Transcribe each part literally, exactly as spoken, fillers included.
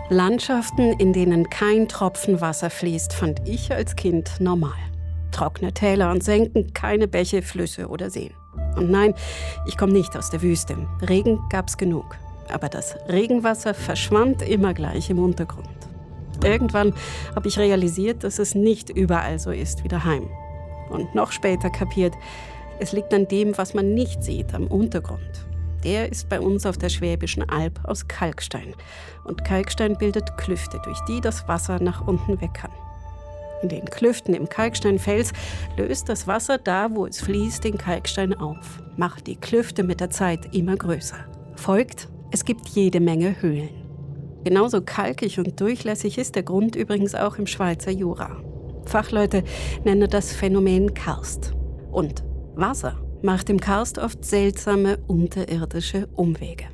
Landschaften, in denen kein Tropfen Wasser fließt, fand ich als Kind normal. Trockene Täler und Senken, keine Bäche, Flüsse oder Seen. Und nein, ich komme nicht aus der Wüste. Regen gab's genug. Aber das Regenwasser verschwand immer gleich im Untergrund. Irgendwann habe ich realisiert, dass es nicht überall so ist wie daheim. Und noch später kapiert, es liegt an dem, was man nicht sieht, am Untergrund. Der ist bei uns auf der Schwäbischen Alb aus Kalkstein. Und Kalkstein bildet Klüfte, durch die das Wasser nach unten weg kann. In den Klüften im Kalksteinfels löst das Wasser da, wo es fließt, den Kalkstein auf, macht die Klüfte mit der Zeit immer größer. Folgt, es gibt jede Menge Höhlen. Genauso kalkig und durchlässig ist der Grund übrigens auch im Schweizer Jura. Fachleute nennen das Phänomen Karst. Und Wasser macht im Karst oft seltsame unterirdische Umwege.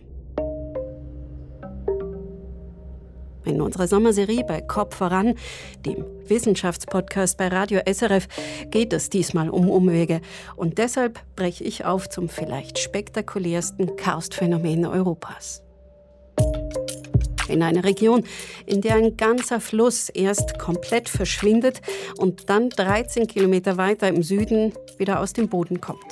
In unserer Sommerserie bei Kopf voran, dem Wissenschaftspodcast bei Radio S R F, geht es diesmal um Umwege. Und deshalb breche ich auf zum vielleicht spektakulärsten Karstphänomen Europas. In einer Region, in der ein ganzer Fluss erst komplett verschwindet und dann dreizehn Kilometer weiter im Süden wieder aus dem Boden kommt.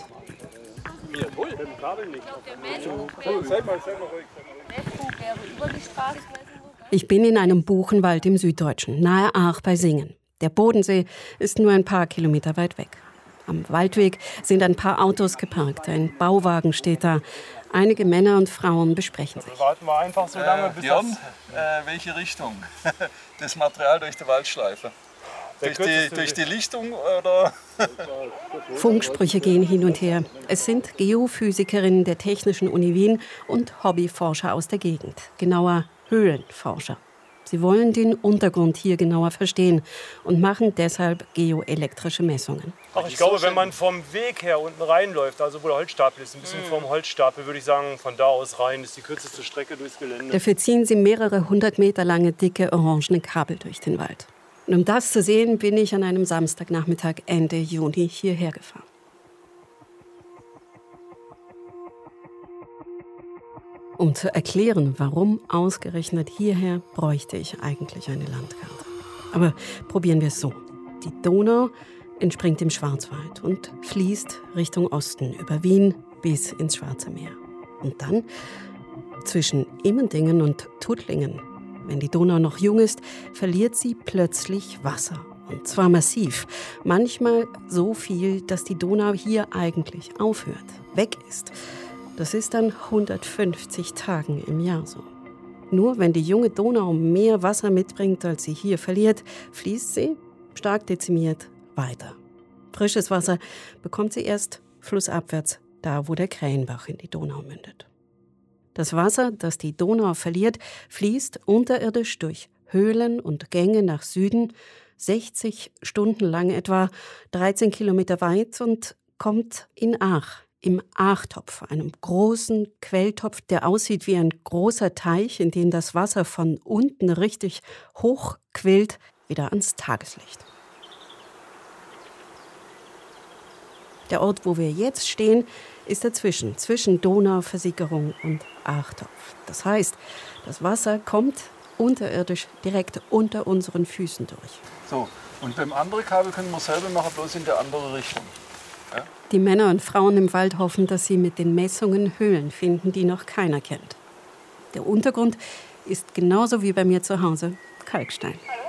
Ich bin in einem Buchenwald im Süddeutschen, nahe Aach bei Singen. Der Bodensee ist nur ein paar Kilometer weit weg. Am Waldweg sind ein paar Autos geparkt, ein Bauwagen steht da. Einige Männer und Frauen besprechen sich. Warten wir einfach so lange, bis äh, Björn, äh, welche Richtung? Das Material durch die Waldschleife. Durch die, durch die Lichtung oder? Funksprüche gehen hin und her. Es sind Geophysikerinnen der Technischen Uni Wien und Hobbyforscher aus der Gegend. Genauer Höhlenforscher. Sie wollen den Untergrund hier genauer verstehen und machen deshalb geoelektrische Messungen. Ach, ich glaube, wenn man vom Weg her unten reinläuft, also wo der Holzstapel ist, ein bisschen vorm Holzstapel, würde ich sagen, von da aus rein ist die kürzeste Strecke durchs Gelände. Dafür ziehen sie mehrere hundert Meter lange, dicke, orangene Kabel durch den Wald. Und um das zu sehen, bin ich an einem Samstagnachmittag Ende Juni hierher gefahren. Um zu erklären, warum ausgerechnet hierher, bräuchte ich eigentlich eine Landkarte. Aber probieren wir es so. Die Donau entspringt im Schwarzwald und fließt Richtung Osten über Wien bis ins Schwarze Meer. Und dann zwischen Immendingen und Tuttlingen, wenn die Donau noch jung ist, verliert sie plötzlich Wasser. Und zwar massiv. Manchmal so viel, dass die Donau hier eigentlich aufhört, weg ist. Das ist an hundertfünfzig Tagen im Jahr so. Nur wenn die junge Donau mehr Wasser mitbringt, als sie hier verliert, fließt sie, stark dezimiert, weiter. Frisches Wasser bekommt sie erst flussabwärts, da wo der Krähenbach in die Donau mündet. Das Wasser, das die Donau verliert, fließt unterirdisch durch Höhlen und Gänge nach Süden, sechzig Stunden lang etwa, dreizehn Kilometer weit und kommt in Aach. Im Aachtopf, einem großen Quelltopf, der aussieht wie ein großer Teich, in dem das Wasser von unten richtig hoch quillt, wieder ans Tageslicht. Der Ort, wo wir jetzt stehen, ist dazwischen, zwischen Donauversickerung und Aachtopf. Das heißt, das Wasser kommt unterirdisch direkt unter unseren Füßen durch. So, und beim anderen Kabel können wir selber machen, bloß in der andere Richtung. Ja? Die Männer und Frauen im Wald hoffen, dass sie mit den Messungen Höhlen finden, die noch keiner kennt. Der Untergrund ist genauso wie bei mir zu Hause Kalkstein. Hallo?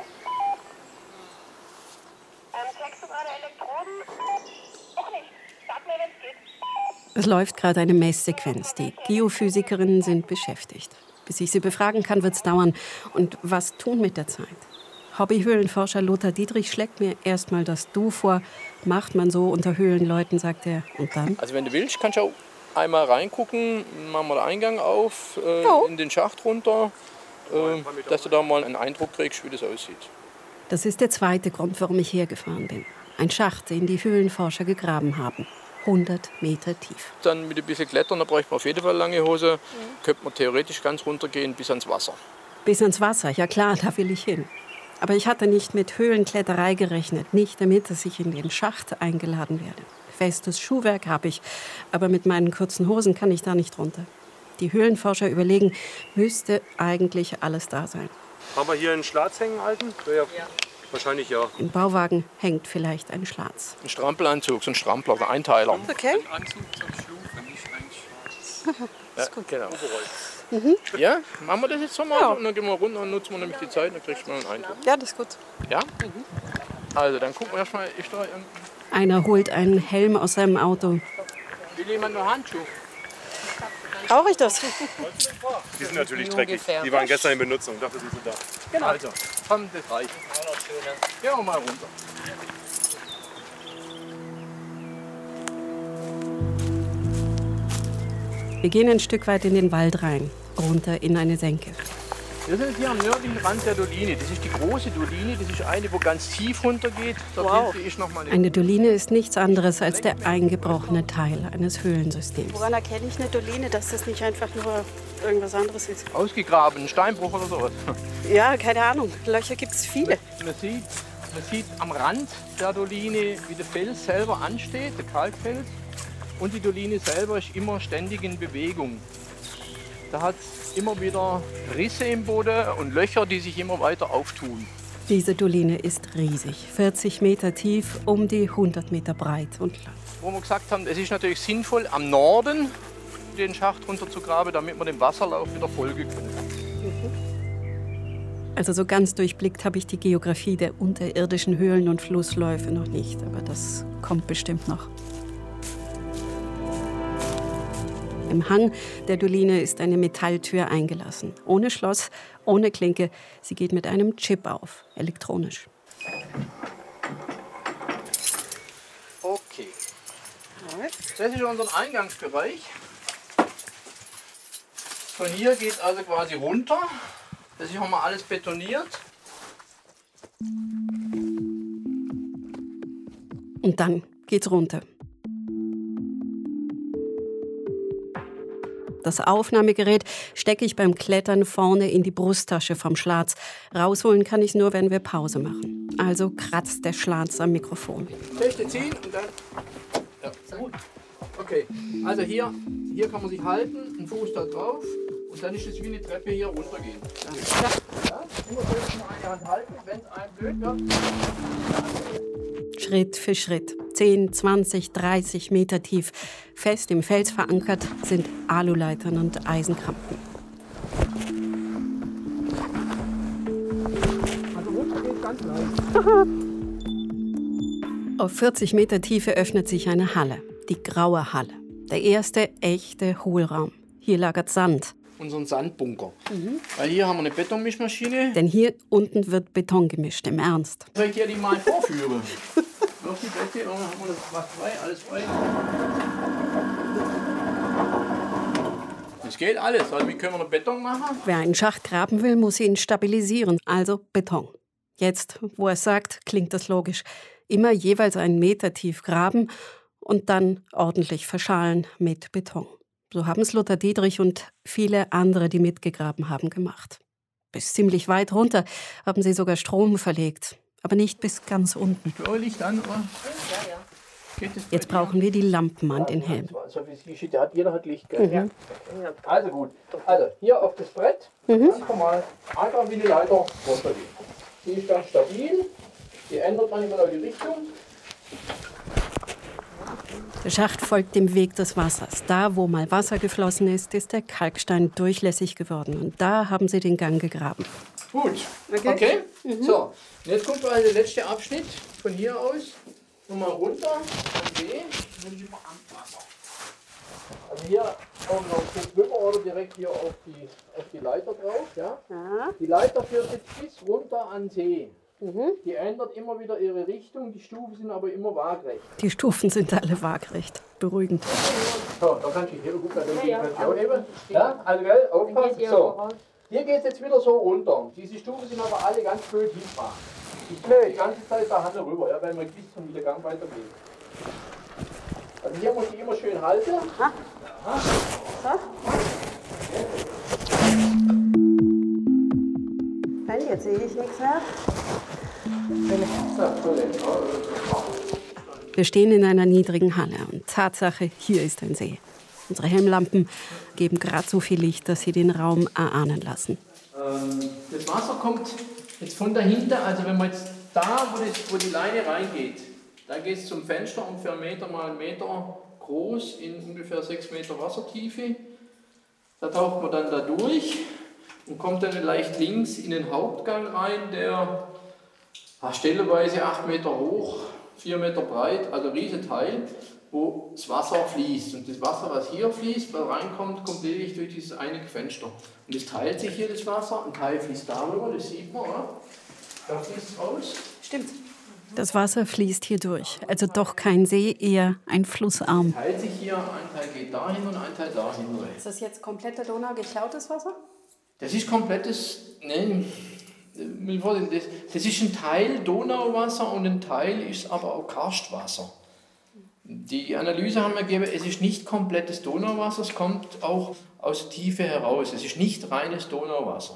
Ähm, checkst du gerade Elektroden? Noch nicht. Sag mir, wenn es geht. Es läuft gerade eine Messsequenz. Die Geophysikerinnen sind beschäftigt. Bis ich sie befragen kann, wird es dauern. Und was tun mit der Zeit? Hobbyhöhlenforscher Lothar Dietrich schlägt mir erstmal das Du vor. Macht man so unter Höhlenleuten, sagt er. Und dann? Also wenn du willst, kannst du auch einmal reingucken. Machen wir den Eingang auf, äh, oh. in den Schacht runter, äh, dass du da mal einen Eindruck kriegst, wie das aussieht. Das ist der zweite Grund, warum ich hergefahren bin. Ein Schacht, den die Höhlenforscher gegraben haben. hundert Meter tief. Dann mit ein bisschen Klettern, da bräuchte man auf jeden Fall lange Hose. Mhm. Könnte man theoretisch ganz runtergehen bis ans Wasser. Bis ans Wasser, ja klar, da will ich hin. Aber ich hatte nicht mit Höhlenkletterei gerechnet, nicht damit, dass ich in den Schacht eingeladen werde. Festes Schuhwerk habe ich, aber mit meinen kurzen Hosen kann ich da nicht runter. Die Höhlenforscher überlegen, müsste eigentlich alles da sein. Haben wir hier einen Schlatz hängen, alten? Ja, ja. Wahrscheinlich ja. Im Bauwagen hängt vielleicht ein Schlatz. Ein Strampelanzug, so ein Strampler, ein Einteiler. Okay. Ein Anzug zum Schlufen, nicht ein Schwarz. Ja, ist gut. Genau. Mhm. Ja, machen wir das jetzt so mal ja. Und dann gehen wir runter und nutzen wir nämlich die Zeit, dann kriegst du mal einen Eindruck. Ja, das ist gut. Ja? Mhm. Also, dann gucken wir erstmal, ist da irgendein... Einer holt einen Helm aus seinem Auto. Will jemand noch Handschuhe? Brauche ich das? Die sind natürlich dreckig. Die waren gestern in Benutzung, dafür sind sie da. Genau. Also, komm, das reicht. Gehen wir mal runter. Wir gehen ein Stück weit in den Wald rein, runter in eine Senke. Wir sind hier am nördlichen Rand der Doline. Das ist die große Doline. Das ist eine, wo ganz tief runtergeht. Wow. Ist noch mal eine, eine Doline ist nichts anderes als der eingebrochene Teil eines Höhlensystems. Woran erkenne ich eine Doline, dass das nicht einfach nur irgendwas anderes ist? Ausgegraben, ein Steinbruch oder sowas. Ja, keine Ahnung. Löcher gibt es viele. Man sieht, man sieht am Rand der Doline, wie der Fels selber ansteht, der Kalkfels. Und die Doline selber ist immer ständig in Bewegung. Da hat es immer wieder Risse im Boden und Löcher, die sich immer weiter auftun. Diese Doline ist riesig, vierzig Meter tief, um die hundert Meter breit und lang. Wo wir gesagt haben, es ist natürlich sinnvoll, am Norden den Schacht runterzugraben, damit man den Wasserlauf wieder folgen kann. Also so ganz durchblickt habe ich die Geografie der unterirdischen Höhlen und Flussläufe noch nicht, aber das kommt bestimmt noch. Im Hang der Doline ist eine Metalltür eingelassen. Ohne Schloss, ohne Klinke. Sie geht mit einem Chip auf, elektronisch. Okay. Das ist unser Eingangsbereich. Von hier geht es also quasi runter. Das ist haben wir alles betoniert. Und dann geht's runter. Das Aufnahmegerät stecke ich beim Klettern vorne in die Brusttasche vom Schlatz. Rausholen kann ich nur, wenn wir Pause machen. Also kratzt der Schlatz am Mikrofon. Feste ziehen und dann... Ja, gut. Okay, also hier, hier kann man sich halten, einen Fuß da drauf und dann ist es wie eine Treppe hier runtergehen. Ja, ja, immer so mal eine Hand halten, wenn es einem blöd wird. Schritt für Schritt, zehn, zwanzig, dreißig Meter tief. Fest im Fels verankert sind Aluleitern und Eisenkrampen. Also runter geht ganz leicht. Auf vierzig Meter Tiefe öffnet sich eine Halle, die Graue Halle. Der erste echte Hohlraum. Hier lagert Sand. Unseren Sandbunker. Mhm. Weil hier haben wir eine Betonmischmaschine. Denn hier unten wird Beton gemischt, im Ernst. Soll ich dir die mal vorführen? Auf die Bette, dann haben wir das was frei, alles frei. Das geht alles. Also wie können wir noch Beton machen? Wer einen Schacht graben will, muss ihn stabilisieren, also Beton. Jetzt, wo er es sagt, klingt das logisch. Immer jeweils einen Meter tief graben und dann ordentlich verschalen mit Beton. So haben es Lothar Dietrich und viele andere, die mitgegraben haben, gemacht. Bis ziemlich weit runter haben sie sogar Strom verlegt. Aber nicht bis ganz unten. Licht an, oder? Ja, ja. Jetzt brauchen wir die Lampen an den Helm. Also wie sieht der? Jeder hat Licht, gell? Mhm. Ja. Also gut. Also hier auf das Brett, mhm. Ganz normal, einfach wie die Leiter runtergehen. Die ist ganz stabil, die ändert man immer noch die Richtung. Der Schacht folgt dem Weg des Wassers. Da, wo mal Wasser geflossen ist, ist der Kalkstein durchlässig geworden. Und da haben sie den Gang gegraben. Gut, okay. okay. Mhm. So, und jetzt kommt also der letzte Abschnitt von hier aus. Nochmal runter, am See, dann sind wir am Wasser. Also hier auch noch drüber oder direkt hier auf die, auf die Leiter drauf. Ja? Aha. Die Leiter führt jetzt bis runter an den See. Mhm. Die ändert immer wieder ihre Richtung, die Stufen sind aber immer waagrecht. Die Stufen sind alle waagrecht. Beruhigend. So, da kannst du hier gut, dann ja, ja, auch eben. Ja, also gell, aufpassen. So. Hier geht es jetzt wieder so runter. Diese Stufen sind aber alle ganz blöd hinfahren. Ich drehe die ganze Zeit da Hand rüber, ja, weil man bis zum wieder Gang weitergeht. Also hier muss ich immer schön halten. Aha. Aha. Nein, jetzt sehe ich nichts mehr. Wir stehen in einer niedrigen Halle und Tatsache, hier ist ein See. Unsere Helmlampen geben gerade so viel Licht, dass sie den Raum erahnen lassen. Ähm, das Wasser kommt jetzt von dahinter, also wenn man jetzt da, wo, das, wo die Leine reingeht, da geht es zum Fenster, ungefähr einen Meter mal einen Meter groß, in ungefähr sechs Meter Wassertiefe. Da taucht man dann da durch und kommt dann leicht links in den Hauptgang rein, der ah, stellenweise acht Meter hoch, vier Meter breit, also ein Riesenteil, wo das Wasser fließt. Und das Wasser, was hier fließt, was reinkommt, kommt lediglich durch dieses eine Fenster. Und es teilt sich hier das Wasser, ein Teil fließt darüber, das sieht man, oder? Da fließt es raus. Stimmt. Das Wasser fließt hier durch, also doch kein See, eher ein Flussarm. Es teilt sich hier, ein Teil geht dahin und ein Teil dahin. Ist das jetzt komplett der Donau geklautes Wasser? Das ist komplettes, nein, das, das ist ein Teil Donauwasser und ein Teil ist aber auch Karstwasser. Die Analyse haben wir gegeben, es ist nicht komplettes Donauwasser, es kommt auch aus der Tiefe heraus. Es ist nicht reines Donauwasser.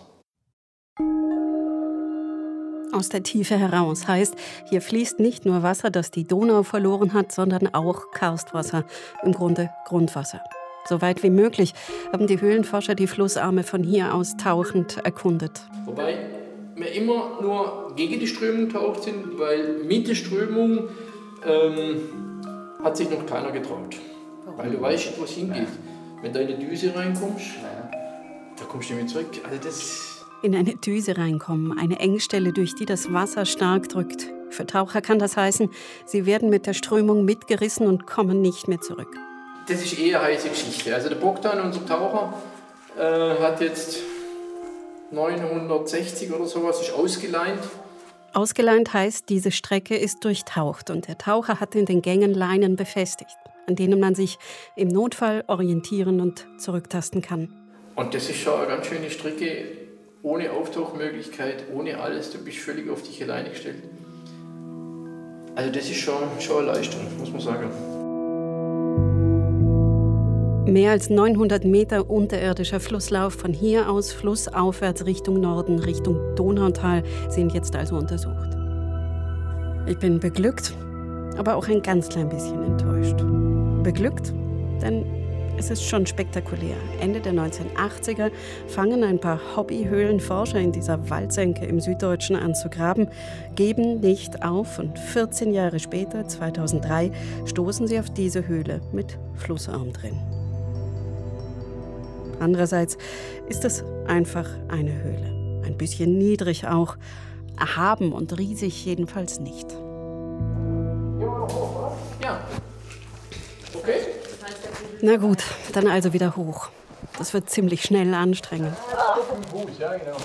Aus der Tiefe heraus heißt, hier fließt nicht nur Wasser, das die Donau verloren hat, sondern auch Karstwasser, im Grunde Grundwasser. So weit wie möglich haben die Höhlenforscher die Flussarme von hier aus tauchend erkundet. Wobei wir immer nur gegen die Strömung taucht sind, weil mit der Strömung ähm, hat sich noch keiner getraut. Weil du weißt nicht, wo es hingeht. Wenn du in die Düse reinkommst, da kommst du nicht mehr zurück. Also das in eine Düse reinkommen, eine Engstelle, durch die das Wasser stark drückt. Für Taucher kann das heißen, sie werden mit der Strömung mitgerissen und kommen nicht mehr zurück. Das ist eher eine heiße Geschichte. Also der Bogdan, unser Taucher, äh, hat jetzt neunhundertsechzig oder sowas, ist ausgeleint. Ausgeleint heißt, diese Strecke ist durchtaucht und der Taucher hat in den Gängen Leinen befestigt, an denen man sich im Notfall orientieren und zurücktasten kann. Und das ist schon eine ganz schöne Strecke, ohne Auftauchmöglichkeit, ohne alles. Du bist völlig auf dich alleine gestellt. Also das ist schon, schon eine Leistung, muss man sagen. Mehr als neunhundert Meter unterirdischer Flusslauf von hier aus flussaufwärts Richtung Norden, Richtung Donautal, sind jetzt also untersucht. Ich bin beglückt, aber auch ein ganz klein bisschen enttäuscht. Beglückt, denn es ist schon spektakulär. Ende der neunzehnhundertachtziger fangen ein paar Hobbyhöhlenforscher in dieser Waldsenke im Süddeutschen an zu graben, geben nicht auf und vierzehn Jahre später, zweitausenddrei, stoßen sie auf diese Höhle mit Flussarm drin. Andererseits ist es einfach eine Höhle. Ein bisschen niedrig auch, erhaben und riesig jedenfalls nicht. Ja. Okay. Na gut, dann also wieder hoch. Das wird ziemlich schnell anstrengend. Ja, genau.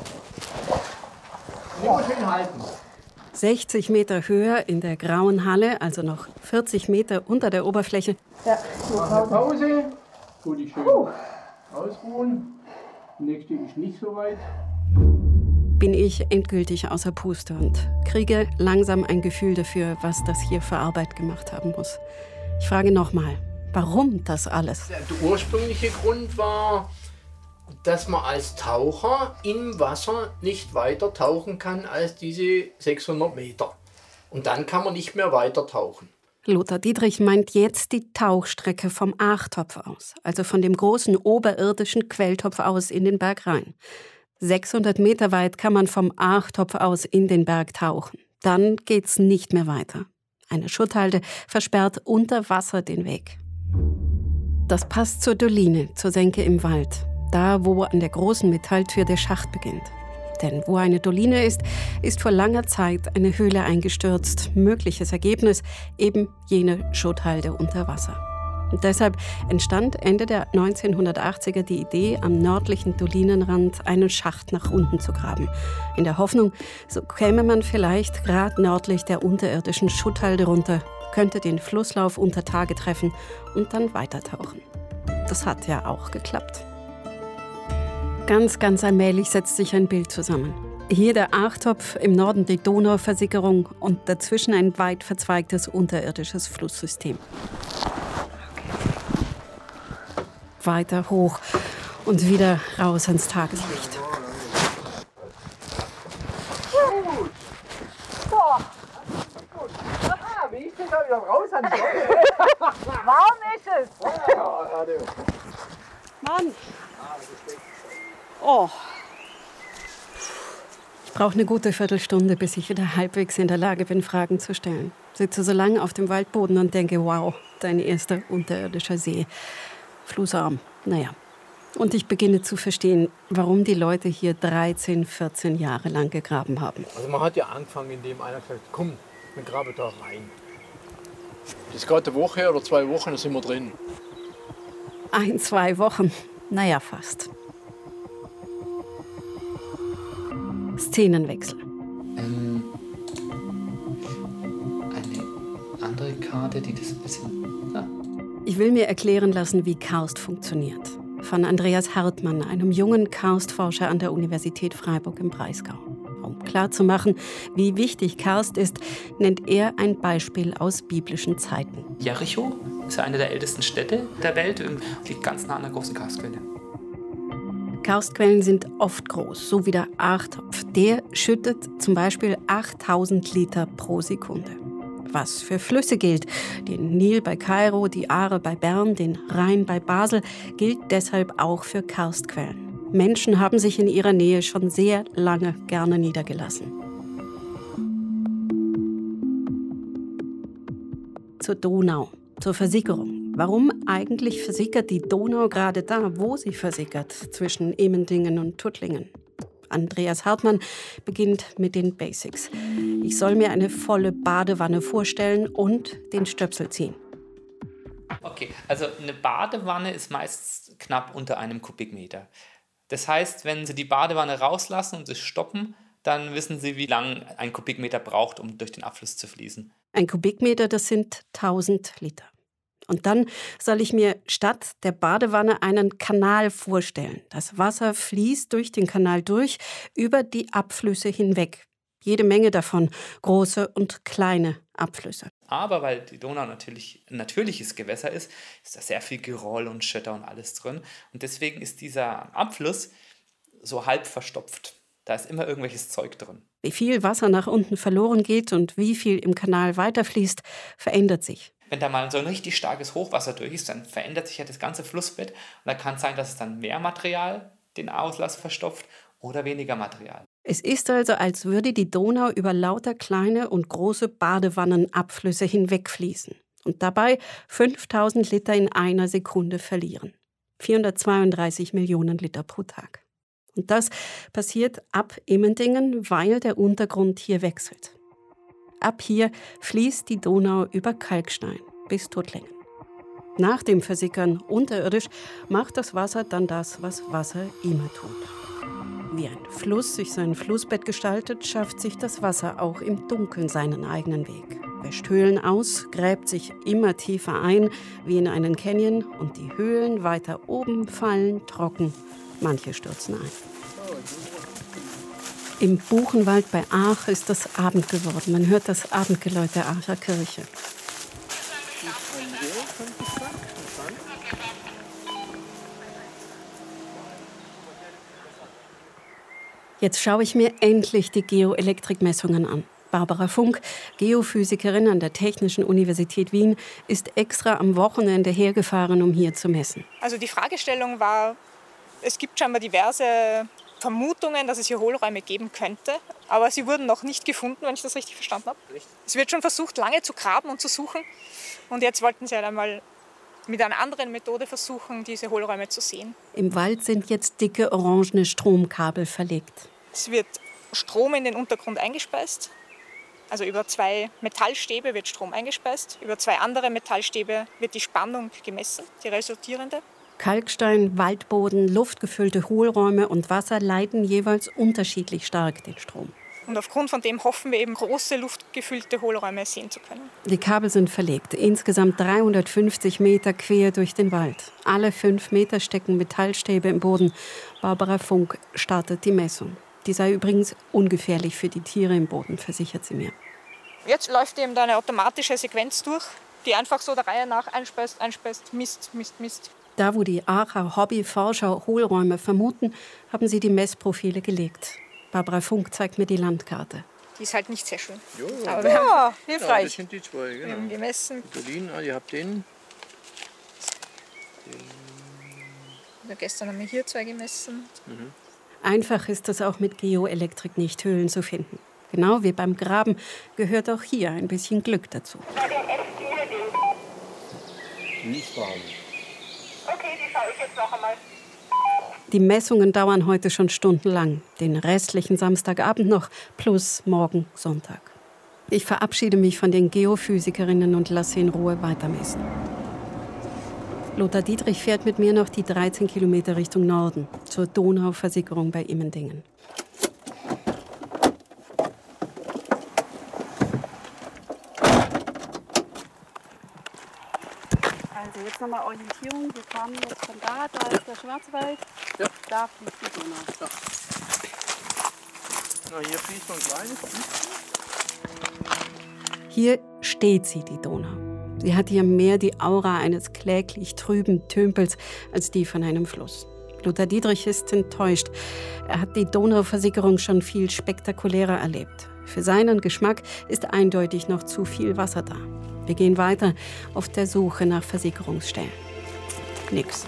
Immer schön halten. sechzig Meter höher in der grauen Halle, also noch vierzig Meter unter der Oberfläche. Ja, mach eine Pause. Tu dich schön ausruhen. Die nächste ist nicht so weit. Bin ich endgültig außer Puste und kriege langsam ein Gefühl dafür, was das hier für Arbeit gemacht haben muss. Ich frage nochmal, warum das alles? Der ursprüngliche Grund war, dass man als Taucher im Wasser nicht weiter tauchen kann als diese sechshundert Meter. Und dann kann man nicht mehr weiter tauchen. Lothar Dietrich meint jetzt die Tauchstrecke vom Achtopf aus, also von dem großen oberirdischen Quelltopf aus in den Berg rein. sechshundert Meter weit kann man vom Achtopf aus in den Berg tauchen. Dann geht's nicht mehr weiter. Eine Schutthalde versperrt unter Wasser den Weg. Das passt zur Doline, zur Senke im Wald, da wo an der großen Metalltür der Schacht beginnt. Denn wo eine Doline ist, ist vor langer Zeit eine Höhle eingestürzt. Mögliches Ergebnis eben jene Schutthalde unter Wasser. Und deshalb entstand Ende der neunzehnhundertachtziger die Idee, am nördlichen Dolinenrand einen Schacht nach unten zu graben. In der Hoffnung, so käme man vielleicht gerade nördlich der unterirdischen Schutthalde runter, könnte den Flusslauf unter Tage treffen und dann weitertauchen. Das hat ja auch geklappt. Ganz, ganz allmählich setzt sich ein Bild zusammen. Hier der Achtopf, im Norden die Donauversickerung und dazwischen ein weit verzweigtes unterirdisches Flusssystem. Weiter hoch und wieder raus ans Tageslicht. Gut. Boah. Gut. Aha, wie ist denn da wieder raus an die Sonne? Warm ist es. Mann. Oh. brauche eine gute Viertelstunde, bis ich wieder halbwegs in der Lage bin, Fragen zu stellen. Sitze so lange auf dem Waldboden und denke, wow, dein erster unterirdischer See. Flussarm, naja. Und ich beginne zu verstehen, warum die Leute hier dreizehn, vierzehn Jahre lang gegraben haben. Also man hat ja angefangen, indem einer gesagt hat, komm, wir graben da rein. Das ist gerade eine Woche oder zwei Wochen, da sind wir drin. Ein, zwei Wochen, naja, fast. Szenenwechsel. Ähm, eine andere Karte, die das ein bisschen... Ja. Ich will mir erklären lassen, wie Karst funktioniert. Von Andreas Hartmann, einem jungen Karstforscher an der Universität Freiburg im Breisgau. Um klarzumachen, wie wichtig Karst ist, nennt er ein Beispiel aus biblischen Zeiten. Jericho ist ja eine der ältesten Städte der Welt und liegt ganz nah an der großen Karstquelle. Karstquellen sind oft groß, so wie der Achtopf. Der schüttet zum Beispiel achttausend Liter pro Sekunde. Was für Flüsse gilt, den Nil bei Kairo, die Aare bei Bern, den Rhein bei Basel, gilt deshalb auch für Karstquellen. Menschen haben sich in ihrer Nähe schon sehr lange gerne niedergelassen. Zur Donau, zur Versickerung. Warum eigentlich versickert die Donau gerade da, wo sie versickert, zwischen Emmendingen und Tuttlingen? Andreas Hartmann beginnt mit den Basics. Ich soll mir eine volle Badewanne vorstellen und den Stöpsel ziehen. Okay, also eine Badewanne ist meist knapp unter einem Kubikmeter. Das heißt, wenn Sie die Badewanne rauslassen und es stoppen, dann wissen Sie, wie lange ein Kubikmeter braucht, um durch den Abfluss zu fließen. Ein Kubikmeter, das sind tausend Liter. Und dann soll ich mir statt der Badewanne einen Kanal vorstellen. Das Wasser fließt durch den Kanal durch, über die Abflüsse hinweg. Jede Menge davon, große und kleine Abflüsse. Aber weil die Donau natürlich ein natürliches Gewässer ist, ist da sehr viel Geröll und Schotter und alles drin. Und deswegen ist dieser Abfluss so halb verstopft. Da ist immer irgendwelches Zeug drin. Wie viel Wasser nach unten verloren geht und wie viel im Kanal weiterfließt, verändert sich. Wenn da mal so ein richtig starkes Hochwasser durch ist, dann verändert sich ja das ganze Flussbett. Und da kann es sein, dass es dann mehr Material den Auslass verstopft oder weniger Material. Es ist also, als würde die Donau über lauter kleine und große Badewannenabflüsse hinwegfließen und dabei fünftausend Liter in einer Sekunde verlieren. vierhundertzweiunddreißig Millionen Liter pro Tag. Und das passiert ab Emmendingen, weil der Untergrund hier wechselt. Ab hier fließt die Donau über Kalkstein bis Tuttlingen. Nach dem Versickern unterirdisch macht das Wasser dann das, was Wasser immer tut. Wie ein Fluss sich sein Flussbett gestaltet, schafft sich das Wasser auch im Dunkeln seinen eigenen Weg. Wäscht Höhlen aus, gräbt sich immer tiefer ein, wie in einen Canyon, und die Höhlen weiter oben fallen trocken. Manche stürzen ein. Im Buchenwald bei Aach ist es Abend geworden. Man hört das Abendgeläut der Aacher Kirche. Jetzt schaue ich mir endlich die Geoelektrikmessungen an. Barbara Funk, Geophysikerin an der Technischen Universität Wien, ist extra am Wochenende hergefahren, um hier zu messen. Also die Fragestellung war, es gibt scheinbar diverse Vermutungen, dass es hier Hohlräume geben könnte, aber sie wurden noch nicht gefunden, wenn ich das richtig verstanden habe. Es wird schon versucht, lange zu graben und zu suchen, und jetzt wollten sie halt einmal mit einer anderen Methode versuchen, diese Hohlräume zu sehen. Im Wald sind jetzt dicke orangene Stromkabel verlegt. Es wird Strom in den Untergrund eingespeist. Also über zwei Metallstäbe wird Strom eingespeist. Über zwei andere Metallstäbe wird die Spannung gemessen, die resultierende. Kalkstein, Waldboden, luftgefüllte Hohlräume und Wasser leiten jeweils unterschiedlich stark den Strom. Und aufgrund von dem hoffen wir eben, große luftgefüllte Hohlräume sehen zu können. Die Kabel sind verlegt, insgesamt dreihundertfünfzig Meter quer durch den Wald. Alle fünf Meter stecken Metallstäbe im Boden. Barbara Funk startet die Messung. Die sei übrigens ungefährlich für die Tiere im Boden, versichert sie mir. Jetzt läuft eben da eine automatische Sequenz durch, die einfach so der Reihe nach einspeist, einspeist, misst, misst, misst. Da, wo die Aacher Hobbyforscher Hohlräume vermuten, haben sie die Messprofile gelegt. Barbara Funk zeigt mir die Landkarte. Die ist halt nicht sehr schön. Jo, aber wir haben hilfreich. Ja, das sind die zwei, genau. Wir haben gemessen. Berlin, ah, ihr habt den. den. Gestern haben wir hier zwei gemessen. Mhm. Einfach ist es auch mit Geoelektrik nicht, Höhlen zu finden. Genau wie beim Graben gehört auch hier ein bisschen Glück dazu. Wiesbaden. Okay, die schaue ich jetzt noch einmal. Die Messungen dauern heute schon stundenlang. Den restlichen Samstagabend noch, plus morgen Sonntag. Ich verabschiede mich von den Geophysikerinnen und lasse sie in Ruhe weitermessen. Lothar Dietrich fährt mit mir noch die dreizehn Kilometer Richtung Norden, zur Donauversickerung bei Immendingen. Also jetzt nochmal Orientierung. Wir kamen jetzt von da, da ist der Schwarzwald, Ja. da fließt die Donau. Ja. Na, hier fließt noch ein kleines bisschen. Hier steht sie, die Donau. Sie hat hier mehr die Aura eines kläglich trüben Tümpels als die von einem Fluss. Lothar Dietrich ist enttäuscht. Er hat die Donauversickerung schon viel spektakulärer erlebt. Für seinen Geschmack ist eindeutig noch zu viel Wasser da. Wir gehen weiter auf der Suche nach Versickerungsstellen. Nix.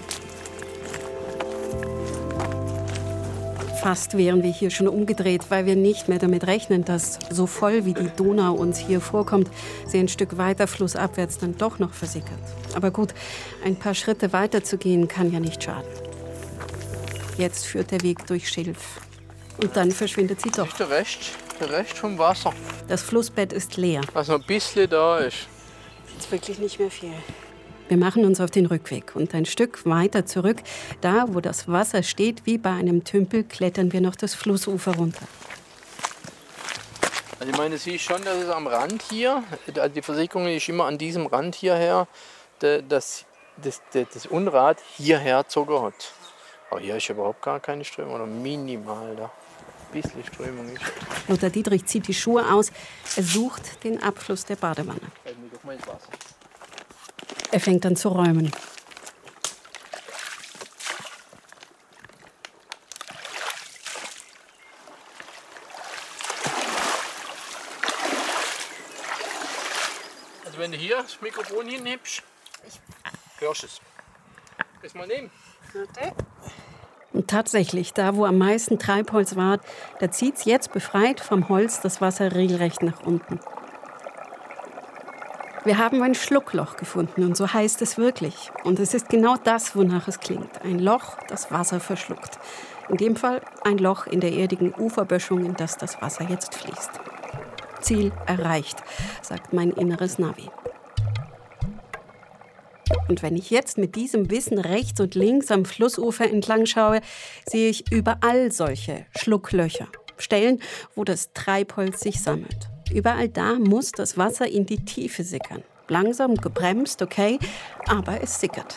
Fast wären wir hier schon umgedreht, weil wir nicht mehr damit rechnen, dass so voll wie die Donau uns hier vorkommt, sie ein Stück weiter flussabwärts dann doch noch versickert. Aber gut, ein paar Schritte weiter zu gehen kann ja nicht schaden. Jetzt führt der Weg durch Schilf. Und dann verschwindet sie doch. Nicht der Rest, der Rest vom Wasser. Das Flussbett ist leer. Was noch ein bisschen da ist. Jetzt wirklich nicht mehr viel. Wir machen uns auf den Rückweg und ein Stück weiter zurück, da wo das Wasser steht, wie bei einem Tümpel, klettern wir noch das Flussufer runter. Also ich meine, sie ist schon, dass es am Rand hier, also die Versickerung ist immer an diesem Rand hierher, dass das, das, das Unrat hierher gezogen hat. Aber hier ist überhaupt gar keine Strömung oder minimal da. Ein bisschen Strömung ist. Lothar Dietrich zieht die Schuhe aus, er sucht den Abfluss der Badewanne. Fällt mir doch mal ins Wasser. Er fängt an zu räumen. Also wenn du hier das Mikrofon hinhebst, hörst du es. Lass mal nehmen. Und tatsächlich, da wo am meisten Treibholz war, da zieht es jetzt befreit vom Holz das Wasser regelrecht nach unten. Wir haben ein Schluckloch gefunden und so heißt es wirklich. Und es ist genau das, wonach es klingt. Ein Loch, das Wasser verschluckt. In dem Fall ein Loch in der erdigen Uferböschung, in das das Wasser jetzt fließt. Ziel erreicht, sagt mein inneres Navi. Und wenn ich jetzt mit diesem Wissen rechts und links am Flussufer entlang schaue, sehe ich überall solche Schlucklöcher. Stellen, wo das Treibholz sich sammelt. Überall da muss das Wasser in die Tiefe sickern. Langsam, gebremst, okay, aber es sickert.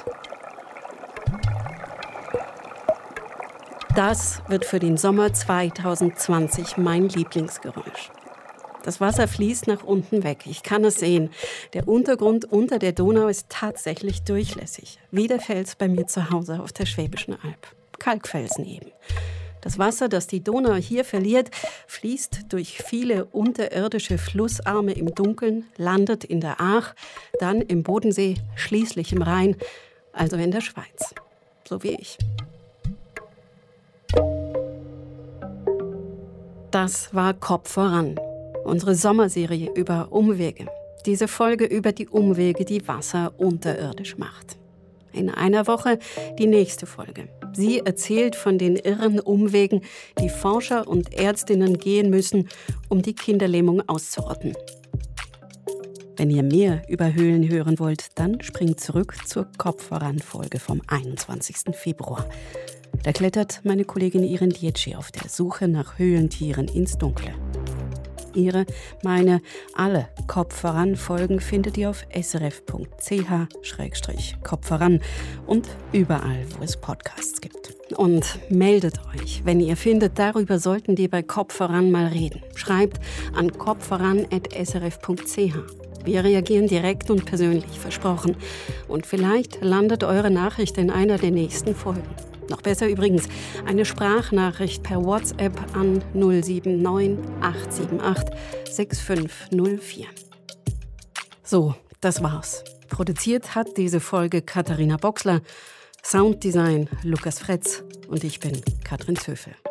Das wird für den Sommer zweitausendzwanzig mein Lieblingsgeräusch. Das Wasser fließt nach unten weg. Ich kann es sehen. Der Untergrund unter der Donau ist tatsächlich durchlässig. Wie der Fels bei mir zu Hause auf der Schwäbischen Alb. Kalkfelsen eben. Das Wasser, das die Donau hier verliert, fließt durch viele unterirdische Flussarme im Dunkeln, landet in der Aach, dann im Bodensee, schließlich im Rhein, also in der Schweiz. So wie ich. Das war Kopf voran. Unsere Sommerserie über Umwege. Diese Folge über die Umwege, die Wasser unterirdisch macht. In einer Woche die nächste Folge. Sie erzählt von den irren Umwegen, die Forscher und Ärztinnen gehen müssen, um die Kinderlähmung auszurotten. Wenn ihr mehr über Höhlen hören wollt, dann springt zurück zur Kopf-voran-Folge vom einundzwanzigsten Februar. Da klettert meine Kollegin Iren Dietschi auf der Suche nach Höhlentieren ins Dunkle. Ihre, meine, alle Kopf-voran-Folgen findet ihr auf s r f punkt c h schrägstrich kopf voran und überall, wo es Podcasts gibt. Und meldet euch, wenn ihr findet, darüber sollten wir bei Kopf voran mal reden. Schreibt an kopf voran at s r f punkt c h. Wir reagieren direkt und persönlich, versprochen. Und vielleicht landet eure Nachricht in einer der nächsten Folgen. Noch besser übrigens, eine Sprachnachricht per WhatsApp an null sieben neun acht sieben acht sechs fünf null vier. So, das war's. Produziert hat diese Folge Katharina Boxler, Sounddesign Lukas Fretz und ich bin Katrin Zöfel.